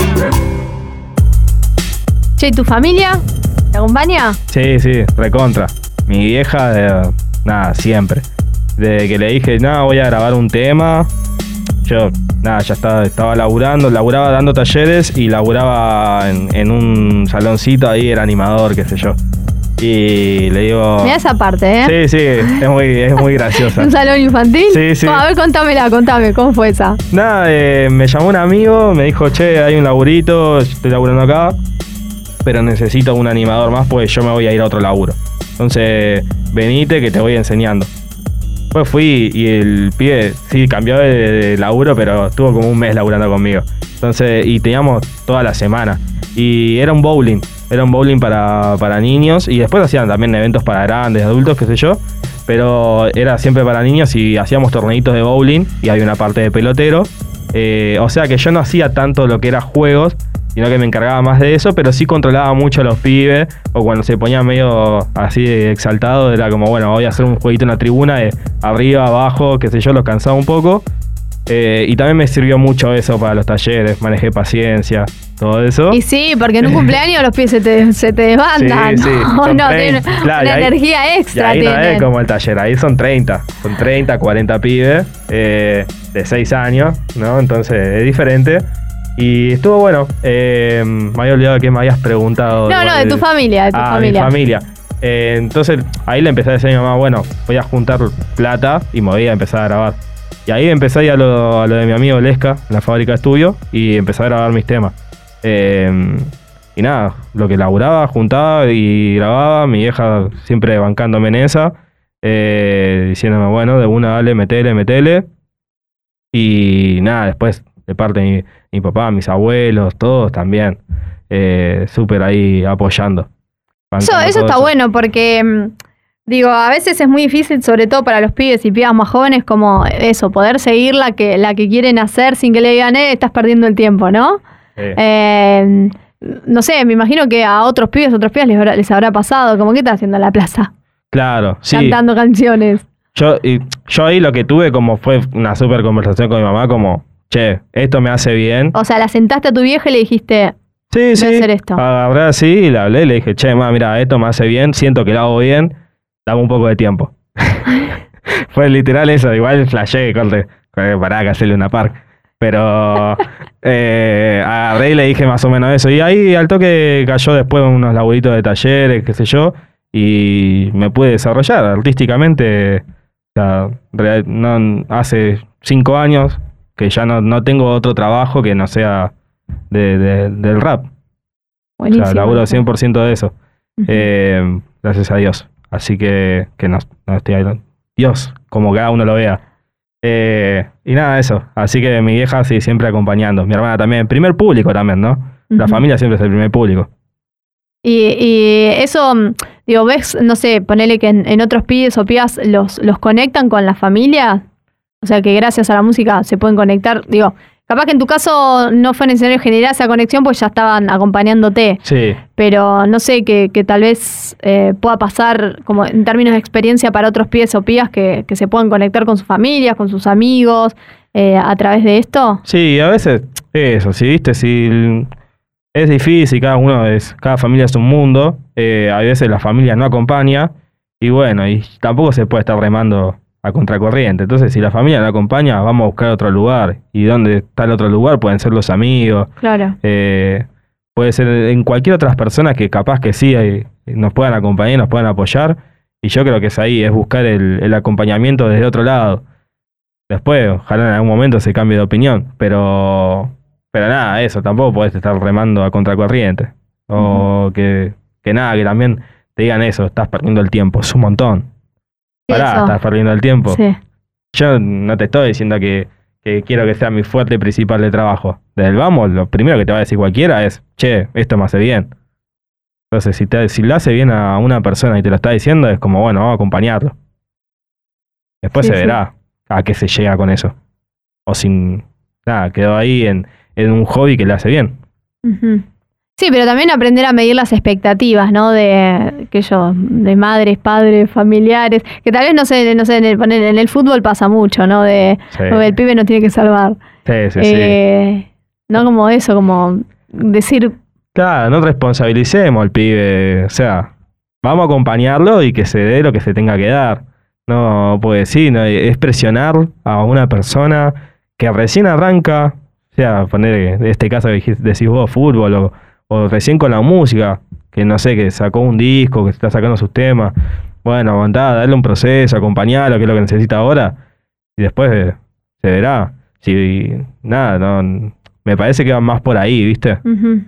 Che, ¿y tu familia? ¿Te acompaña? Sí, sí, recontra. Mi vieja, eh, nada, siempre. Desde que le dije, no, voy a grabar un tema, yo, nada, ya estaba, estaba laburando, laburaba dando talleres y laburaba en, en un saloncito ahí, era animador, qué sé yo. Y le digo... Mirá esa parte, ¿eh? Sí, sí, es muy, es muy graciosa. ¿Un salón infantil? Sí, sí. A ver, contámela, contame, ¿cómo fue esa? Nada, eh, me llamó un amigo, me dijo, che, hay un laburito, estoy laburando acá, pero necesito un animador más porque yo me voy a ir a otro laburo. Entonces, venite que te voy enseñando. Después fui y el pibe, sí, cambió de, de laburo, pero estuvo como un mes laburando conmigo. Entonces, y teníamos toda la semana. Y era un bowling, era un bowling para, para niños y después hacían también eventos para grandes, adultos, qué sé yo. Pero era siempre para niños y hacíamos torneitos de bowling y había una parte de pelotero. Eh, o sea que yo no hacía tanto lo que era juegos, sino que me encargaba más de eso, pero sí controlaba mucho a los pibes, o cuando se ponían medio así de exaltado, era como, bueno, voy a hacer un jueguito en la tribuna, de arriba, abajo, qué sé yo, los cansaba un poco. Eh, y también me sirvió mucho eso para los talleres, manejé paciencia, todo eso. Y sí, porque en un cumpleaños los pies se te, se te desbandan. Sí, sí, No, son no, treinta, tienen claro, una y ahí- energía Y extra. ahí no tienen. es como el taller, ahí son treinta, son treinta, cuarenta pibes eh, de seis años, ¿no? Entonces es diferente. Y estuvo bueno. Eh, me había olvidado que me habías preguntado. No, no, de tu familia, de tu ah, familia. mi familia. Eh, entonces ahí le empecé a decir a mi mamá, bueno, voy a juntar plata y me voy a empezar a grabar. Y ahí empecé a ir a lo, a lo de mi amigo Lesca, la fábrica de estudio, y empecé a grabar mis temas. Eh, y nada, lo que laburaba, juntaba y grababa, mi vieja siempre bancándome en esa, eh, diciéndome, bueno, de una dale, metele, metele. Y nada, después de parte de mi, mi papá, mis abuelos, todos también, eh, súper ahí apoyando. Eso, bancando eso todo está bueno porque, mm, digo, a veces es muy difícil, sobre todo para los pibes y pibas más jóvenes, como eso, poder seguir la que, la que quieren hacer sin que le digan, eh, estás perdiendo el tiempo, ¿no? Sí. Eh, no sé, me imagino que a otros pibes, otros pibes les habrá, les habrá pasado, como, ¿qué estás haciendo en la plaza? Claro, sí. Cantando canciones. Yo, y yo ahí lo que tuve como fue una súper conversación con mi mamá, como, che, esto me hace bien. O sea, la sentaste a tu vieja y le dijiste, Sí, sí. voy a hacer esto. Agarré así y le hablé y le dije, che, ma, mira, esto me hace bien, siento que lo hago bien, dame un poco de tiempo. Fue literal eso, igual flashé, corte, pará que hacerle una park. Pero eh, agarré y le dije más o menos eso. Y ahí al toque cayó después unos laburitos de talleres, qué sé yo, y me pude desarrollar artísticamente. O sea, real- no, hace cinco años que ya no, no tengo otro trabajo que no sea de, de- del rap. Buenísimo. O sea, laburo cien por ciento de eso. Ujú. Eh, gracias a Dios. Así que, que no, no estoy ahí. Dios, como cada uno lo vea. Eh, y nada, eso. Así que mi vieja sí, siempre acompañando. Mi hermana también. Primer público también, ¿no? La Ujú. familia siempre es el primer público. Y, y eso, mm, digo, ves, no sé, ponele que en, en otros pibes o pibas los, los conectan con la familia. O sea, que gracias a la música se pueden conectar. Digo, capaz que en tu caso no fue necesario generar esa conexión, pues ya estaban acompañándote. Sí. Pero no sé, que, que tal vez eh, pueda pasar como en términos de experiencia para otros pibes o pibas que, que se puedan conectar con sus familias, con sus amigos, eh, a través de esto. Sí, a veces eso, sí, viste, si es difícil, cada uno es, cada familia es un mundo, eh, a veces la familia no acompaña, y bueno, y tampoco se puede estar remando a contracorriente. Entonces, si la familia no acompaña, vamos a buscar otro lugar. Y donde está el otro lugar pueden ser los amigos. Claro. Eh, puede ser en cualquier otras personas que capaz que sí eh, nos puedan acompañar, nos puedan apoyar. Y yo creo que es ahí, es buscar el, el acompañamiento desde otro lado. Después, ojalá en algún momento se cambie de opinión. Pero, pero nada, eso, tampoco podés estar remando a contracorriente. O uh-huh. que, que nada, que también te digan eso, estás perdiendo el tiempo, es un montón. Pará, eso. Estás perdiendo el tiempo. Sí. Yo no te estoy diciendo que, que quiero que sea mi fuerte principal de trabajo. Desde el vamos, lo primero que te va a decir cualquiera es, che, esto me hace bien. Entonces, si, te, si le hace bien a una persona y te lo está diciendo, es como, bueno, vamos a acompañarlo. Después sí, se verá sí. a qué se llega con eso. O sin, nada, quedó ahí en, en un hobby que le hace bien. Uh-huh. Sí, pero también aprender a medir las expectativas, ¿no? De que yo, de madres, padres, familiares, que tal vez no sé, no sé, en el, en el fútbol pasa mucho, ¿no? De sí. el pibe no tiene que salvar. Sí, sí, eh, sí. No como eso, como decir. Claro, no responsabilicemos al pibe, o sea, vamos a acompañarlo y que se dé lo que se tenga que dar. No, pues sí, no, es presionar a una persona que recién arranca, o sea, poner este caso que decís vos, fútbol o O recién con la música, que no sé, que sacó un disco, que está sacando sus temas. Bueno, aguantá, darle un proceso, acompañarlo, que es lo que necesita ahora. Y después eh, se verá. Si nada, no, me parece que va más por ahí, ¿viste? Uh-huh.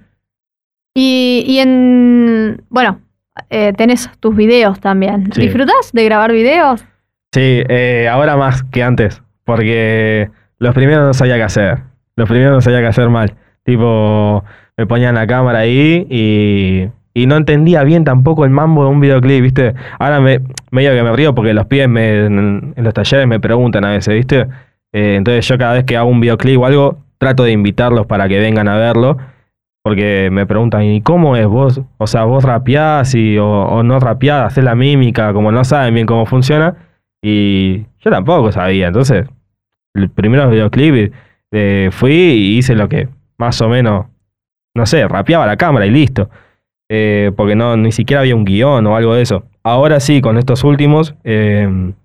Y, y en... Bueno, eh, tenés tus videos también. Sí. ¿Disfrutás de grabar videos? Sí, eh, ahora más que antes. Porque los primeros no sabía qué hacer. Los primeros no sabía qué hacer mal. Tipo... me ponían la cámara ahí y, y no entendía bien tampoco el mambo de un videoclip, ¿viste? Ahora me medio que me río porque los pibes me, en, en los talleres me preguntan a veces, ¿viste? Eh, entonces yo cada vez que hago un videoclip o algo, trato de invitarlos para que vengan a verlo, porque me preguntan, ¿y cómo es vos? O sea, vos rapeás y, o, o no rapeás, hacés la mímica, como no saben bien cómo funciona, y yo tampoco sabía. Entonces, el primer videoclip eh, fui y hice lo que más o menos... no sé, rapeaba la cámara y listo. Eh, porque no ni siquiera había un guión o algo de eso. Ahora sí, con estos últimos, eh,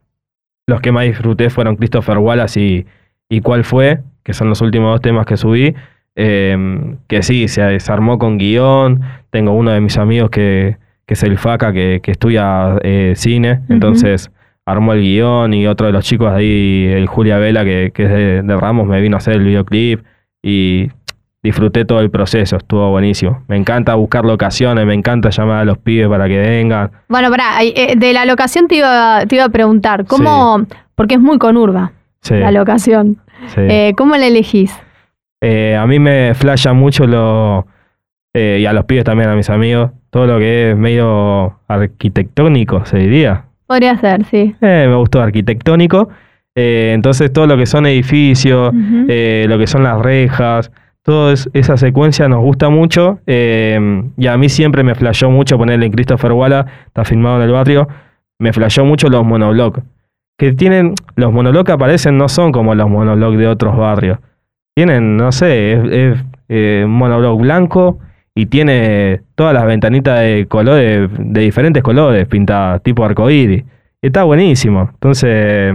los que más disfruté fueron Christopher Wallace y, y Cuál Fue, que son los últimos dos temas que subí. Eh, que sí, se desarmó con guión. Tengo uno de mis amigos que, que es el Faca, que, que estudia eh, cine. Uh-huh. Entonces armó el guión, y otro de los chicos de ahí, el Julia Vela, que, que es de, de Ramos, me vino a hacer el videoclip. Y... disfruté todo el proceso, estuvo buenísimo. Me encanta buscar locaciones, me encanta llamar a los pibes para que vengan. Bueno, pará, de la locación te iba, te iba a preguntar, ¿cómo? Sí. Porque es muy conurba, sí. La locación. Sí. Eh, ¿Cómo la elegís? Eh, a mí me flasha mucho lo... Eh, y a los pibes también, a mis amigos, todo lo que es medio arquitectónico, se diría. Podría ser, sí. Eh, me gustó arquitectónico. Eh, entonces todo lo que son edificios, uh-huh. eh, lo que son las rejas... toda esa secuencia nos gusta mucho, eh, y a mí siempre me flashó mucho ponerle en Christopher Wallace, está filmado en el barrio, me flashó mucho los monoblocks. Que tienen, los monoblocks que aparecen no son como los monoblocks de otros barrios. Tienen, no sé, es, es eh, un monobloc blanco y tiene todas las ventanitas de colores, de diferentes colores pintadas, tipo arcoíris. Está buenísimo. Entonces,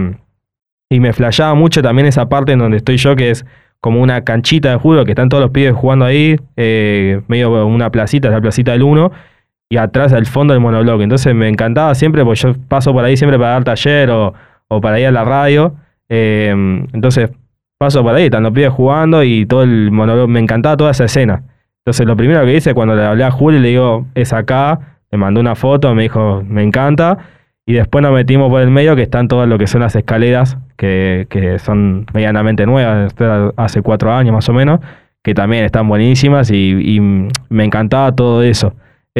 y me flashaba mucho también esa parte en donde estoy yo, que es como una canchita de fútbol, que están todos los pibes jugando ahí, eh, medio una placita, la placita del uno, y atrás al fondo del monobloque. Entonces me encantaba siempre, porque yo paso por ahí siempre para dar taller o, o para ir a la radio. Eh, entonces paso por ahí, están los pibes jugando y todo el monobloque, me encantaba toda esa escena. Entonces lo primero que hice cuando le hablé a Juli, le digo, es acá, me mandó una foto, me dijo, me encanta. Y después nos metimos por el medio, que están todas lo que son las escaleras, que, que son medianamente nuevas, hace cuatro años más o menos, que también están buenísimas, y, y me encantaba todo eso.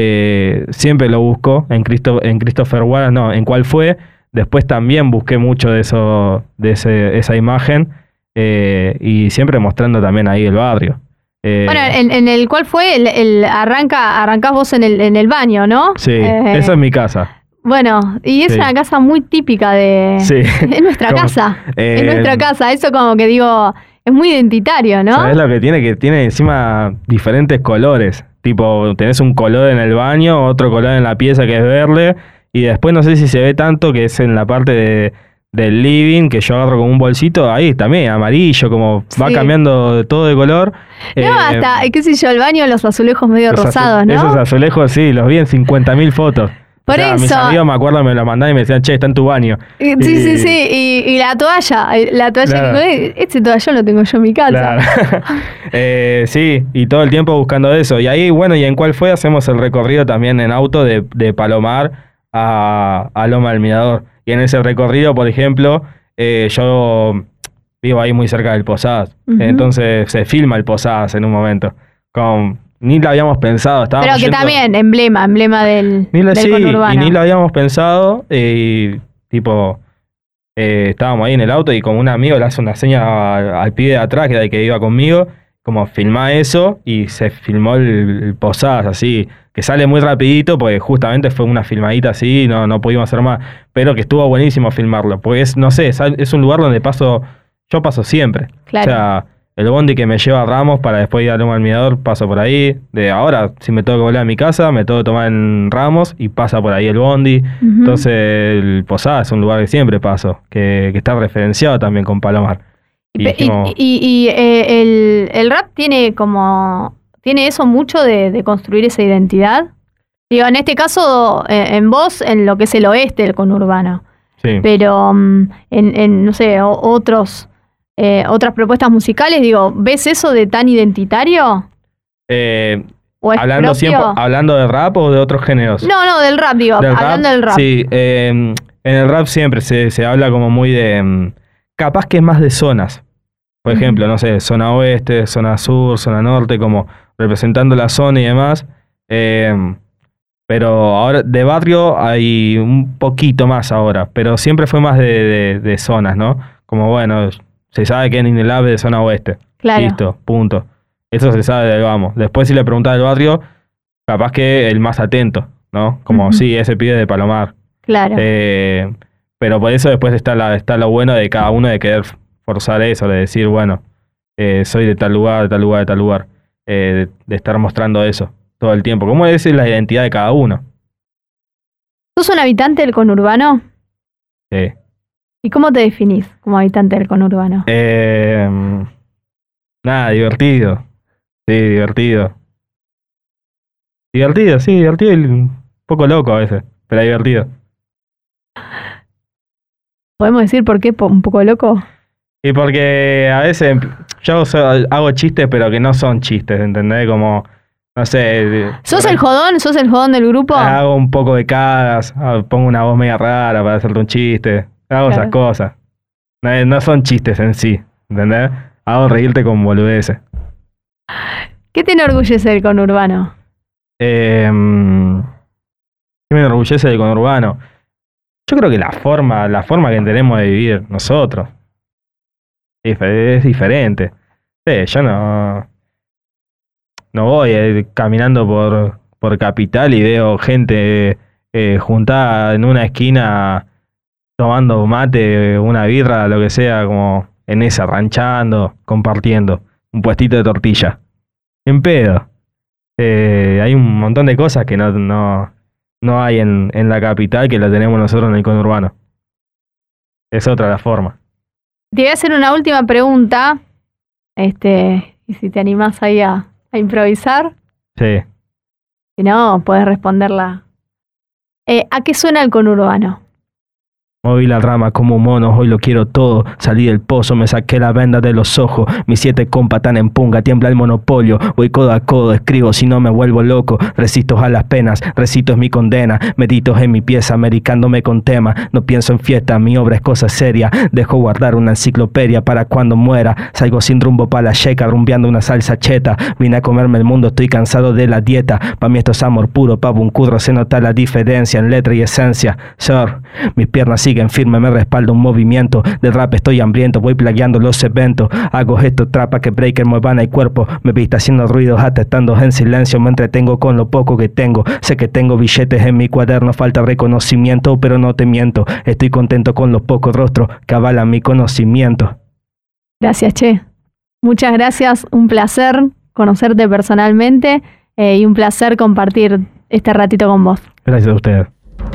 Eh, siempre lo busco en, Christo, en Christopher Wallace, no, en Cuál Fue. Después también busqué mucho de eso, de ese, esa imagen, eh, y siempre mostrando también ahí el barrio. Eh, bueno, en, en el cual fue, el, el arranca, arrancás vos en el, en el baño, ¿no? Sí, eh, esa es mi casa. Bueno, y es Sí. una casa muy típica de... Sí. Es nuestra Como, casa, eh, es nuestra casa, eso como que digo, es muy identitario, ¿no? ¿Sabés lo que tiene? Que tiene encima diferentes colores. Tipo, tenés un color en el baño, otro color en la pieza que es verde, y después no sé si se ve tanto que es en la parte de, del living, que yo agarro como un bolsito, ahí también, amarillo, como va Sí. cambiando todo de color. No, Eh, hasta, qué sé yo, el baño, los azulejos medio los azu- rosados, ¿no? Esos azulejos, sí, los vi en cincuenta mil fotos. Por O sea, mis eso. amigos me acuerdo, me lo mandaban y me decían, che, está en tu baño. Y- Sí, sí, sí, y, y la toalla, eh, la toalla, Claro. que digo, eh, este toallón lo tengo yo en mi casa. Claro. Eh, sí, y todo el tiempo buscando eso. Y ahí, bueno, ¿y en cuál fue? Hacemos el recorrido también en auto de, de Palomar a, a Loma del Mirador. Y en ese recorrido, por ejemplo, eh, yo vivo ahí muy cerca del Posadas. Ujú. Entonces se filma el Posadas en un momento. Con, ni lo habíamos pensado. Estábamos Pero que yendo- también, emblema, emblema del, Ni lo, del sí, conurbano. y ni lo habíamos pensado. eh, y tipo, eh, estábamos ahí en el auto y como un amigo le hace una seña al, al pibe de atrás, que era el que iba conmigo, como filmá eso, y se filmó el, el Posadas así, que sale muy rapidito, porque justamente fue una filmadita así, no, no pudimos hacer más, pero que estuvo buenísimo filmarlo, porque es, no sé, es, al- es un lugar donde paso, yo paso siempre. Claro. O sea, el bondi que me lleva a Ramos para después ir a Loma del Mirador, paso por ahí. De ahora, si me tengo que volver a mi casa, me tengo que tomar en Ramos y pasa por ahí el bondi. Ujú. Entonces, el Posada es un lugar que siempre paso, que, que está referenciado también con Palomar. Y Y, pe- y- dijimos, y- y, eh, el, el rap tiene como, tiene eso mucho de, de construir esa identidad. Digo, en este caso, eh, en vos, en lo que es el oeste del conurbano. sí. Pero mm, en, en, no sé, o- otros, eh, otras propuestas musicales, digo, ¿ves eso de tan identitario? Eh, ¿O es hablando, propio? siempre, ¿Hablando de rap o de otros géneros? No, no, del rap, digo, ¿Del hablando rap? del rap. Sí, eh, en el rap siempre se, se habla como muy de... mm, capaz que es más de zonas. Por Ujú. ejemplo, no sé, zona oeste, zona sur, zona norte, como representando la zona y demás. Eh, pero ahora de barrio hay un poquito más ahora, pero siempre fue más de, de- de zonas, ¿no? Como bueno, se sabe que en Inelab es de zona oeste. Claro. Listo, punto. Eso se sabe del vamos. Después si le preguntás del barrio, capaz que el más atento, ¿no? Como Ujú. sí, ese pibe de Palomar. Claro. Eh, pero por eso después está, la, está lo bueno de cada uno de querer forzar eso, de decir, bueno, eh, soy de tal lugar, de tal lugar, de tal lugar. Eh, de, de estar mostrando eso todo el tiempo. ¿Cómo es la identidad de cada uno? ¿Sos un habitante del conurbano? Sí. ¿Y cómo te definís como habitante del conurbano? Eh, nada, divertido. Sí, divertido. Divertido, sí, divertido y un poco loco a veces, pero divertido. ¿Podemos decir por qué po- un poco loco? Y porque a veces yo so- hago chistes, pero que no son chistes, ¿entendés? Como, no sé. ¿Sos el jodón? ¿Sos el jodón del grupo? Hago un poco de caras, ah, pongo una voz media rara para hacerte un chiste. Hago Claro. esas cosas. No, no son chistes en sí, ¿entendés? Hago reírte con boludeces. ¿Qué te enorgullece del conurbano? Eh, ¿Qué me enorgullece del conurbano? Yo creo que la forma, la forma que tenemos de vivir nosotros es, es diferente. Sí, yo no, no voy eh, caminando por, por Capital y veo gente eh, juntada en una esquina tomando mate, una birra, lo que sea, como en esa, ranchando, compartiendo, un puestito de tortilla. En pedo. Eh, hay un montón de cosas que no, no, no hay en, en la capital que la tenemos nosotros en el conurbano. Es otra la forma. Te voy a hacer una última pregunta. Este, y si te animás ahí a, a improvisar. Sí. Si no, podés responderla. Eh, ¿A qué suena el conurbano? Moví la rama como mono, hoy lo quiero todo. Salí del pozo, me saqué la venda de los ojos. Mis siete compas tan en punga, tiembla el monopolio. Voy codo a codo, escribo si no me vuelvo loco. Resisto a las penas, recito es mi condena. Medito en mi pieza, medicándome con tema. No pienso en fiesta, mi obra es cosa seria. Dejo guardar una enciclopedia para cuando muera. Salgo sin rumbo pa' la checa, rumbeando una salsa cheta. Vine a comerme el mundo, estoy cansado de la dieta. Pa' mí esto es amor puro, pa' un curro se nota la diferencia en letra y esencia. Sir, mis piernas siguen siguen firme, me respalda un movimiento. Del rap estoy hambriento, voy plagueando los eventos. Hago gestos, trapa que breaker muevan el cuerpo. Me viste haciendo ruidos, atestando en silencio. Me entretengo con lo poco que tengo. Sé que tengo billetes en mi cuaderno, falta reconocimiento, pero no te miento. Estoy contento con los pocos rostros que avalan mi conocimiento. Gracias, Che. Muchas gracias, un placer conocerte personalmente eh, y un placer compartir este ratito con vos. Gracias a ustedes.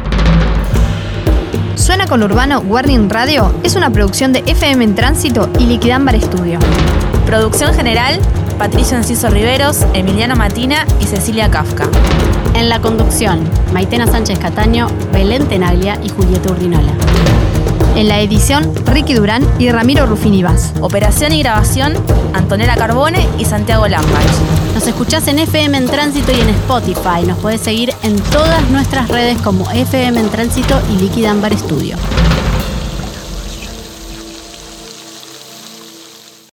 Suena con Urbano Warning Radio es una producción de F M en Tránsito y Liquidámbar Studio. Producción general, Patricio Enciso Riveros, Emiliano Matina y Cecilia Kafka. En la conducción, Maitena Sánchez Cataño, Belén Tenaglia y Julieta Urdinola. En la edición, Ricky Durán y Ramiro Rufini Vaz. Operación y grabación, Antonella Carbone y Santiago Lambach. Nos escuchás en F M en Tránsito y en Spotify. Nos podés seguir en todas nuestras redes como F M en Tránsito y Liquidámbar Studio.